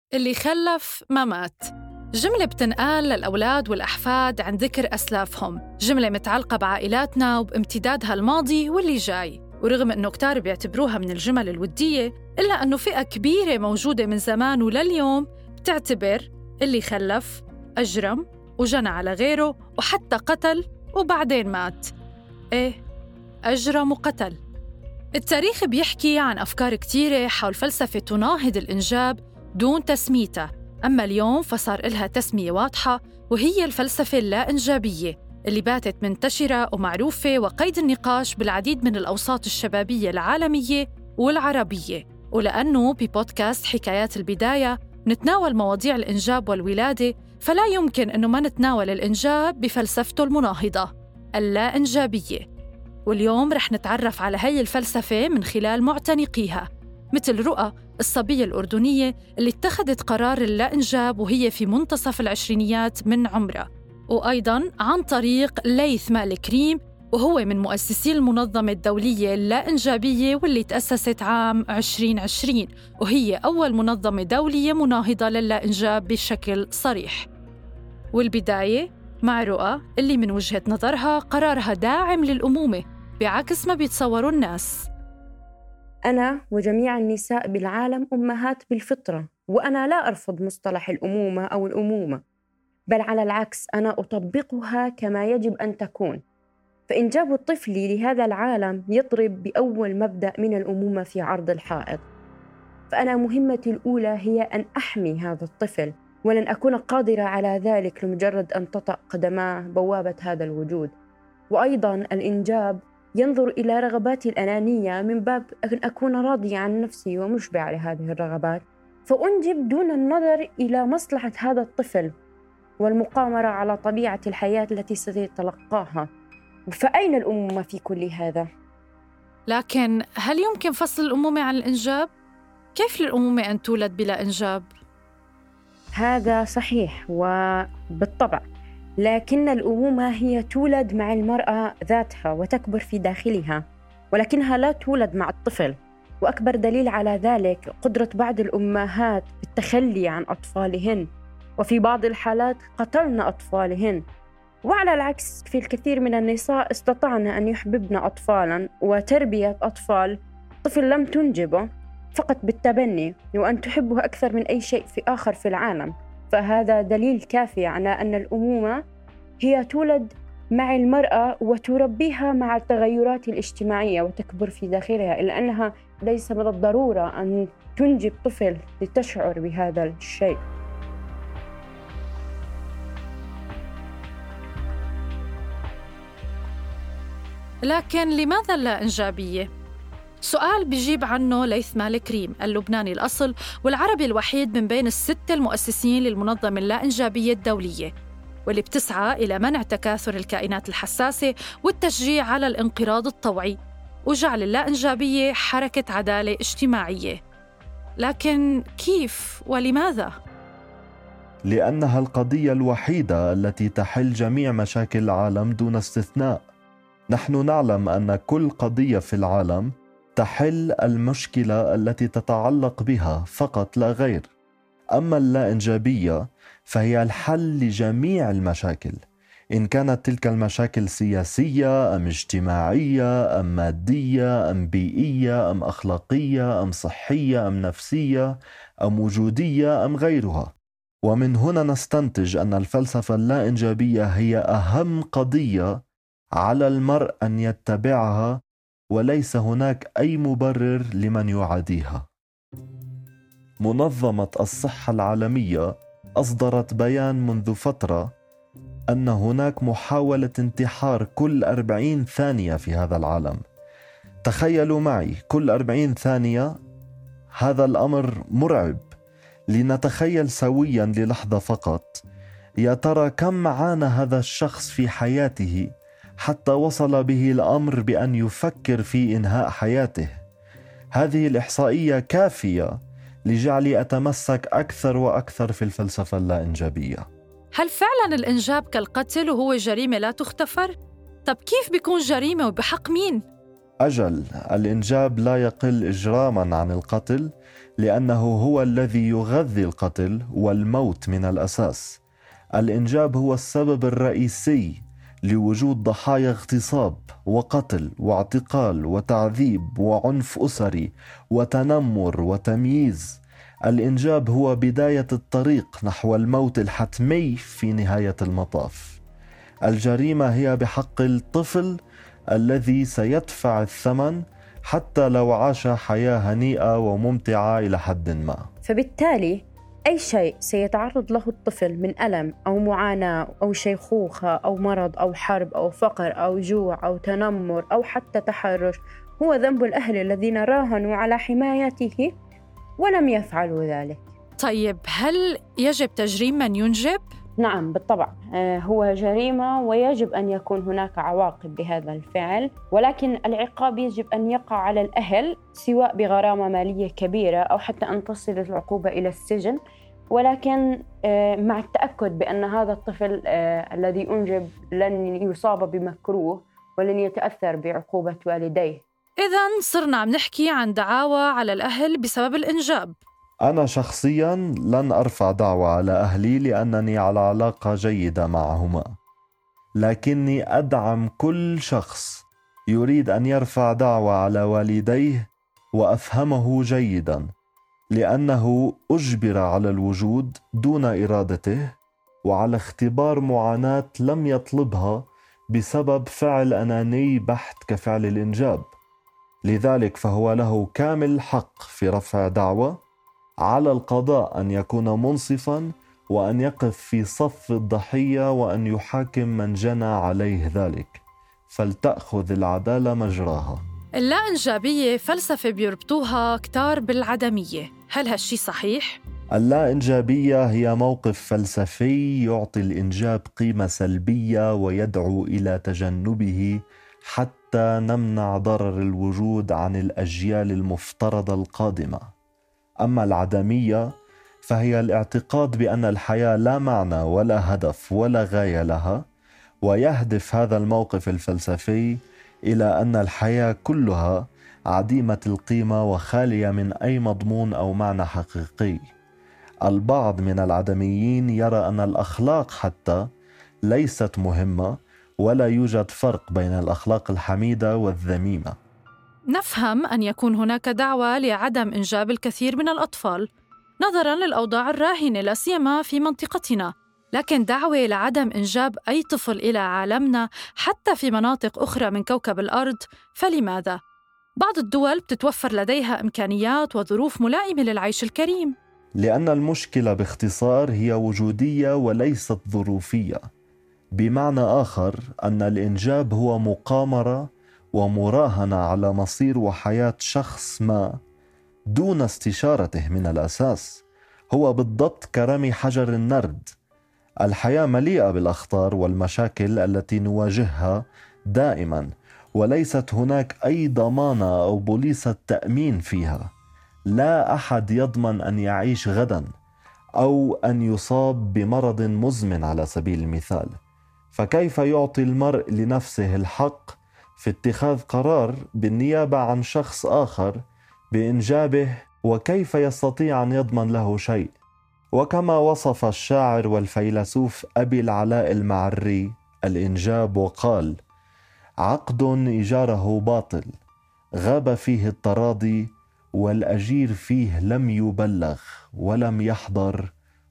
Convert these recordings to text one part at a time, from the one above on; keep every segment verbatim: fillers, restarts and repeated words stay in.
اللي خلف ما مات. جملة بتنقال للأولاد والأحفاد عن ذكر أسلافهم، جملة متعلقة بعائلاتنا وبامتدادها الماضي واللي جاي. ورغم أنه كتار بيعتبروها من الجمل الودية، إلا أنه فئة كبيرة موجودة من زمان ولليوم بتعتبر اللي خلف أجرم وجنى على غيره وحتى قتل وبعدين مات. إيه، أجرم وقتل. التاريخ بيحكي عن أفكار كتيرة حول فلسفة تناهض الإنجاب دون تسميتها، أما اليوم فصار إلها تسمية واضحة، وهي الفلسفة اللا إنجابية اللي باتت منتشرة ومعروفة وقيد النقاش بالعديد من الأوساط الشبابية العالمية والعربية. ولأنه ببودكاست حكايات البداية نتناول مواضيع الإنجاب والولادة، فلا يمكن أنه ما نتناول الإنجاب بفلسفته المناهضة اللا إنجابية. واليوم رح نتعرف على هاي الفلسفة من خلال معتنقيها، مثل رؤى الصبية الأردنية اللي اتخذت قرار اللا إنجاب وهي في منتصف العشرينيات من عمرها، وأيضاً عن طريق ليث مالك ريم، وهو من مؤسسي المنظمة الدولية اللا إنجابية واللي تأسست عام عشرين عشرين، وهي أول منظمة دولية مناهضة لللا إنجاب بشكل صريح. والبداية مع رؤى اللي من وجهة نظرها قرارها داعم للأمومة بعكس ما بيتصوروا الناس. أنا وجميع النساء بالعالم أمهات بالفطرة، وأنا لا أرفض مصطلح الأمومة أو الأمومة، بل على العكس أنا أطبقها كما يجب أن تكون. فإنجاب الطفل لهذا العالم يضرب بأول مبدأ من الأمومة في عرض الحائط. فأنا مهمتي الأولى هي أن أحمي هذا الطفل، ولن أكون قادرة على ذلك لمجرد أن تطأ قدماه بوابة هذا الوجود. وأيضاً الإنجاب ينظر إلى رغباتي الأنانية من باب أن أكون راضية عن نفسي ومشبعة لهذه الرغبات، فأنجب دون النظر إلى مصلحة هذا الطفل والمقامرة على طبيعة الحياة التي سيتلقاها. فأين الأمومة في كل هذا؟ لكن هل يمكن فصل الأمومة عن الإنجاب؟ كيف للأمومة أن تولد بلا إنجاب؟ هذا صحيح وبالطبع، لكن الأمومة هي تولد مع المرأة ذاتها وتكبر في داخلها، ولكنها لا تولد مع الطفل. وأكبر دليل على ذلك قدرة بعض الأمهات بالتخلي عن أطفالهن، وفي بعض الحالات قتلن أطفالهن. وعلى العكس في الكثير من النساء استطعن أن يحببن أطفالاً وتربية أطفال طفل لم تنجبه فقط بالتبني، وأن تحبه أكثر من أي شيء في آخر في العالم. فهذا دليل كافي على أن الأمومة هي تولد مع المرأة وتربيها مع التغيرات الاجتماعية وتكبر في داخلها، إلا أنها ليس من الضرورة أن تنجب طفل لتشعر بهذا الشيء. لكن لماذا اللا إنجابية؟ سؤال بيجيب عنه ليث مالك ريم اللبناني الأصل والعربي الوحيد من بين الستة المؤسسين للمنظمة اللا إنجابية الدولية، واللي بتسعى إلى منع تكاثر الكائنات الحساسة والتشجيع على الانقراض الطوعي وجعل اللا إنجابية حركة عدالة اجتماعية. لكن كيف ولماذا؟ لأنها القضية الوحيدة التي تحل جميع مشاكل العالم دون استثناء. نحن نعلم أن كل قضية في العالم تحل المشكلة التي تتعلق بها فقط لا غير. أما اللا إنجابية فهي الحل لجميع المشاكل، إن كانت تلك المشاكل سياسية أم اجتماعية أم مادية أم بيئية أم أخلاقية أم صحية أم نفسية أم وجودية أم غيرها. ومن هنا نستنتج أن الفلسفة اللا إنجابية هي أهم قضية على المرء أن يتبعها، وليس هناك أي مبرر لمن يعاديها. منظمة الصحة العالمية أصدرت بيان منذ فترة أن هناك محاولة انتحار كل أربعين ثانية في هذا العالم. تخيلوا معي، كل أربعين ثانية. هذا الأمر مرعب. لنتخيل سويا للحظة فقط، يا ترى كم عانى هذا الشخص في حياته حتى وصل به الأمر بأن يفكر في إنهاء حياته. هذه الإحصائية كافية لجعلي أتمسك أكثر وأكثر في الفلسفة اللا إنجابية. هل فعلا الإنجاب كالقتل وهو جريمة لا تغتفر؟ طب كيف بيكون جريمة وبحق مين؟ أجل، الإنجاب لا يقل إجراماً عن القتل، لأنه هو الذي يغذي القتل والموت من الأساس. الإنجاب هو السبب الرئيسي لوجود ضحايا اغتصاب وقتل واعتقال وتعذيب وعنف أسري وتنمر وتمييز. الإنجاب هو بداية الطريق نحو الموت الحتمي في نهاية المطاف. الجريمة هي بحق الطفل الذي سيدفع الثمن حتى لو عاش حياة هنيئة وممتعة إلى حد ما. فبالتالي أي شيء سيتعرض له الطفل من ألم أو معاناة أو شيخوخة أو مرض أو حرب أو فقر أو جوع أو تنمر أو حتى تحرش هو ذنب الأهل الذين راهنوا على حمايته ولم يفعلوا ذلك. طيب، هل يجب تجريم من ينجب؟ نعم بالطبع، هو جريمة ويجب أن يكون هناك عواقب بهذا الفعل، ولكن العقاب يجب أن يقع على الأهل سواء بغرامة مالية كبيرة أو حتى أن تصل العقوبة إلى السجن، ولكن مع التأكد بأن هذا الطفل الذي أنجب لن يصاب بمكروه ولن يتأثر بعقوبة والديه. إذن صرنا عم نحكي عن دعاوى على الأهل بسبب الإنجاب. أنا شخصياً لن أرفع دعوى على أهلي لأنني على علاقة جيدة معهما، لكني أدعم كل شخص يريد أن يرفع دعوى على والديه وأفهمه جيداً، لأنه أجبر على الوجود دون إرادته وعلى اختبار معاناة لم يطلبها بسبب فعل أناني بحت كفعل الإنجاب. لذلك فهو له كامل حق في رفع دعوى. على القضاء أن يكون منصفاً وأن يقف في صف الضحية وأن يحاكم من جنى عليه ذلك، فلتأخذ العدالة مجراها. اللا إنجابية فلسفة بيربطوها كتار بالعدمية، هل هالشي صحيح؟ اللا إنجابية هي موقف فلسفي يعطي الإنجاب قيمة سلبية ويدعو إلى تجنبه حتى نمنع ضرر الوجود عن الأجيال المفترضة القادمة. أما العدمية فهي الاعتقاد بأن الحياة لا معنى ولا هدف ولا غاية لها، ويهدف هذا الموقف الفلسفي إلى أن الحياة كلها عديمة القيمة وخالية من أي مضمون أو معنى حقيقي. البعض من العدميين يرى أن الأخلاق حتى ليست مهمة، ولا يوجد فرق بين الأخلاق الحميدة والذميمة. نفهم أن يكون هناك دعوة لعدم إنجاب الكثير من الأطفال نظراً للأوضاع الراهنة لا سيما في منطقتنا، لكن دعوة لعدم إنجاب أي طفل إلى عالمنا حتى في مناطق أخرى من كوكب الأرض، فلماذا؟ بعض الدول بتتوفر لديها إمكانيات وظروف ملائمة للعيش الكريم. لأن المشكلة باختصار هي وجودية وليست ظروفية، بمعنى آخر أن الإنجاب هو مقامرة ومراهنة على مصير وحياة شخص ما دون استشارته من الأساس. هو بالضبط كرمي حجر النرد. الحياة مليئة بالأخطار والمشاكل التي نواجهها دائما، وليست هناك أي ضمانة أو بوليصة تأمين فيها. لا أحد يضمن أن يعيش غدا أو أن يصاب بمرض مزمن على سبيل المثال، فكيف يعطي المرء لنفسه الحق في اتخاذ قرار بالنيابة عن شخص آخر بإنجابه، وكيف يستطيع أن يضمن له شيء؟ وكما وصف الشاعر والفيلسوف أبي العلاء المعري الإنجاب وقال: عقد إيجاره باطل، غاب فيه التراضي، والأجير فيه لم يبلغ ولم يحضر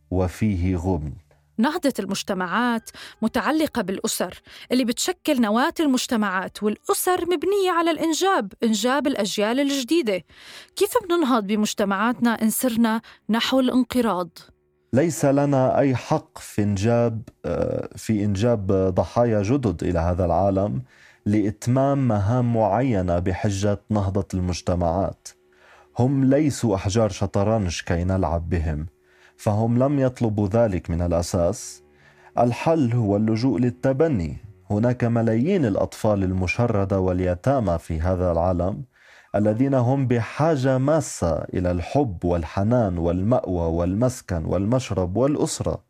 وفيه غبن. نهضة المجتمعات متعلقة بالأسر اللي بتشكل نواة المجتمعات، والأسر مبنية على الإنجاب، إنجاب الأجيال الجديدة. كيف بننهض بمجتمعاتنا إن سرنا نحو الانقراض؟ ليس لنا أي حق في إنجاب في إنجاب ضحايا جدد إلى هذا العالم لإتمام مهام معينة بحجة نهضة المجتمعات. هم ليسوا أحجار شطرنج كي نلعب بهم، فهم لم يطلبوا ذلك من الأساس. الحل هو اللجوء للتبني. هناك ملايين الأطفال المشردة واليتامى في هذا العالم الذين هم بحاجة ماسة إلى الحب والحنان والمأوى والمسكن والمشرب والأسرة.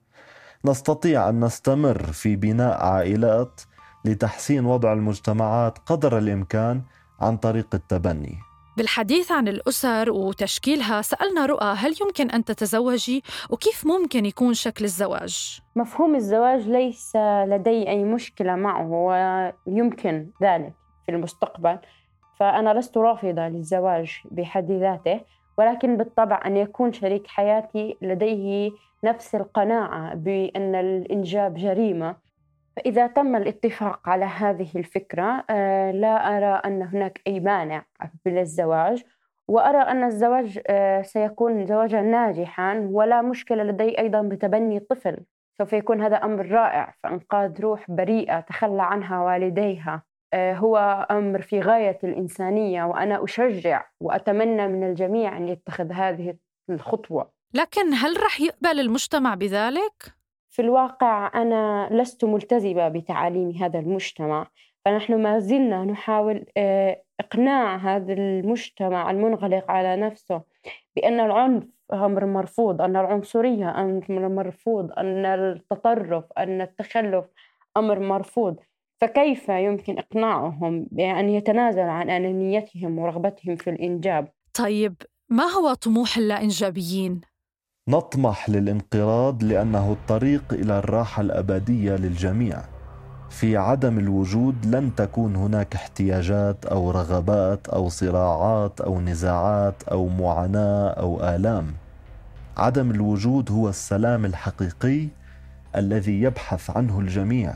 نستطيع أن نستمر في بناء عائلات لتحسين وضع المجتمعات قدر الإمكان عن طريق التبني. بالحديث عن الأسر وتشكيلها سألنا رؤى هل يمكن أن تتزوجي وكيف ممكن يكون شكل الزواج؟ مفهوم الزواج ليس لدي أي مشكلة معه ويمكن ذلك في المستقبل، فأنا لست رافضة للزواج بحد ذاته، ولكن بالطبع أن يكون شريك حياتي لديه نفس القناعة بأن الإنجاب جريمة. فإذا تم الاتفاق على هذه الفكرة لا أرى أن هناك أي مانع بالزواج، وأرى أن الزواج سيكون زواجا ناجحا، ولا مشكلة لدي أيضا بتبني طفل. سوف يكون هذا أمر رائع، فإنقاذ روح بريئة تخلى عنها والديها هو أمر في غاية الإنسانية، وأنا أشجع وأتمنى من الجميع أن يتخذ هذه الخطوة. لكن هل رح يقبل المجتمع بذلك؟ في الواقع أنا لست ملتزمة بتعاليم هذا المجتمع، فنحن ما زلنا نحاول إقناع هذا المجتمع المنغلق على نفسه بأن العنف أمر مرفوض، أن العنصرية أمر مرفوض، أن التطرف أن التخلف أمر مرفوض. فكيف يمكن إقناعهم بأن يتنازلوا عن أنانيتهم ورغبتهم في الإنجاب؟ طيب ما هو طموح اللا إنجابيين؟ نطمح للانقراض لأنه الطريق إلى الراحة الأبدية للجميع. في عدم الوجود لن تكون هناك احتياجات أو رغبات أو صراعات أو نزاعات أو معاناة أو آلام. عدم الوجود هو السلام الحقيقي الذي يبحث عنه الجميع.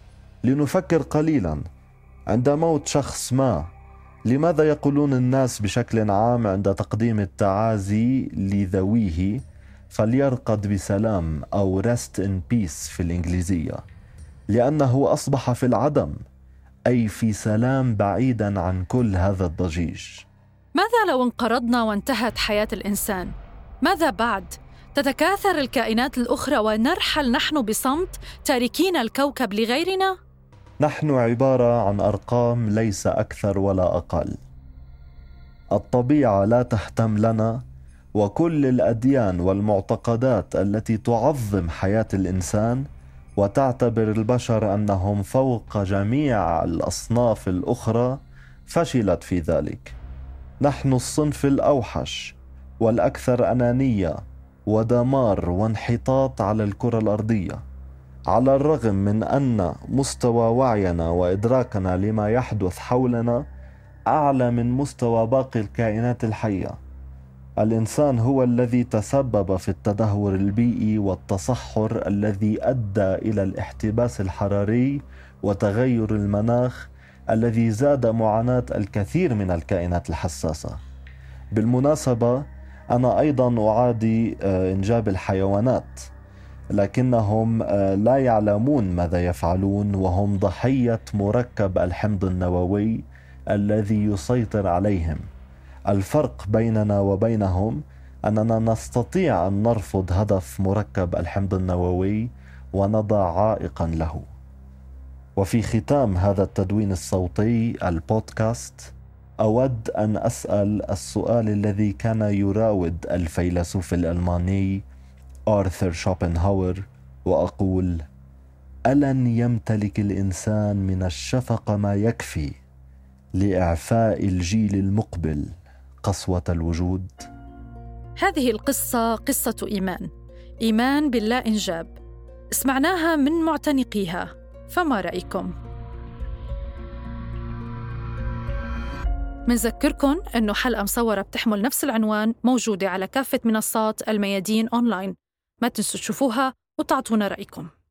لنفكر قليلا، عند موت شخص ما لماذا يقولون الناس بشكل عام عند تقديم التعازي لذويه فليرقد بسلام أو rest in peace في الإنجليزية؟ لأنه أصبح في العدم، أي في سلام بعيدا عن كل هذا الضجيج. ماذا لو انقرضنا وانتهت حياة الإنسان؟ ماذا بعد؟ تتكاثر الكائنات الأخرى ونرحل نحن بصمت تاركين الكوكب لغيرنا؟ نحن عبارة عن أرقام ليس أكثر ولا أقل. الطبيعة لا تهتم لنا، وكل الأديان والمعتقدات التي تعظم حياة الإنسان وتعتبر البشر أنهم فوق جميع الأصناف الأخرى فشلت في ذلك. نحن الصنف الأوحش والأكثر أنانية ودمار وانحطاط على الكرة الأرضية، على الرغم من أن مستوى وعينا وإدراكنا لما يحدث حولنا أعلى من مستوى باقي الكائنات الحية. الإنسان هو الذي تسبب في التدهور البيئي والتصحر الذي أدى إلى الاحتباس الحراري وتغير المناخ الذي زاد معاناة الكثير من الكائنات الحساسة. بالمناسبة أنا أيضا أعادي إنجاب الحيوانات، لكنهم لا يعلمون ماذا يفعلون، وهم ضحية مركب الحمض النووي الذي يسيطر عليهم. الفرق بيننا وبينهم أننا نستطيع أن نرفض هدف مركب الحمض النووي ونضع عائقا له. وفي ختام هذا التدوين الصوتي البودكاست أود أن أسأل السؤال الذي كان يراود الفيلسوف الألماني آرثر شوبنهاور، وأقول: ألن يمتلك الإنسان من الشفقة ما يكفي لإعفاء الجيل المقبل قسوة الوجود؟ هذه القصة قصة إيمان، إيمان باللا إنجاب، سمعناها من معتنقيها، فما رأيكم؟ منذكركن أنه حلقة مصورة بتحمل نفس العنوان موجودة على كافة منصات الميادين أونلاين. ما تنسوا تشوفوها وتعطونا رأيكم.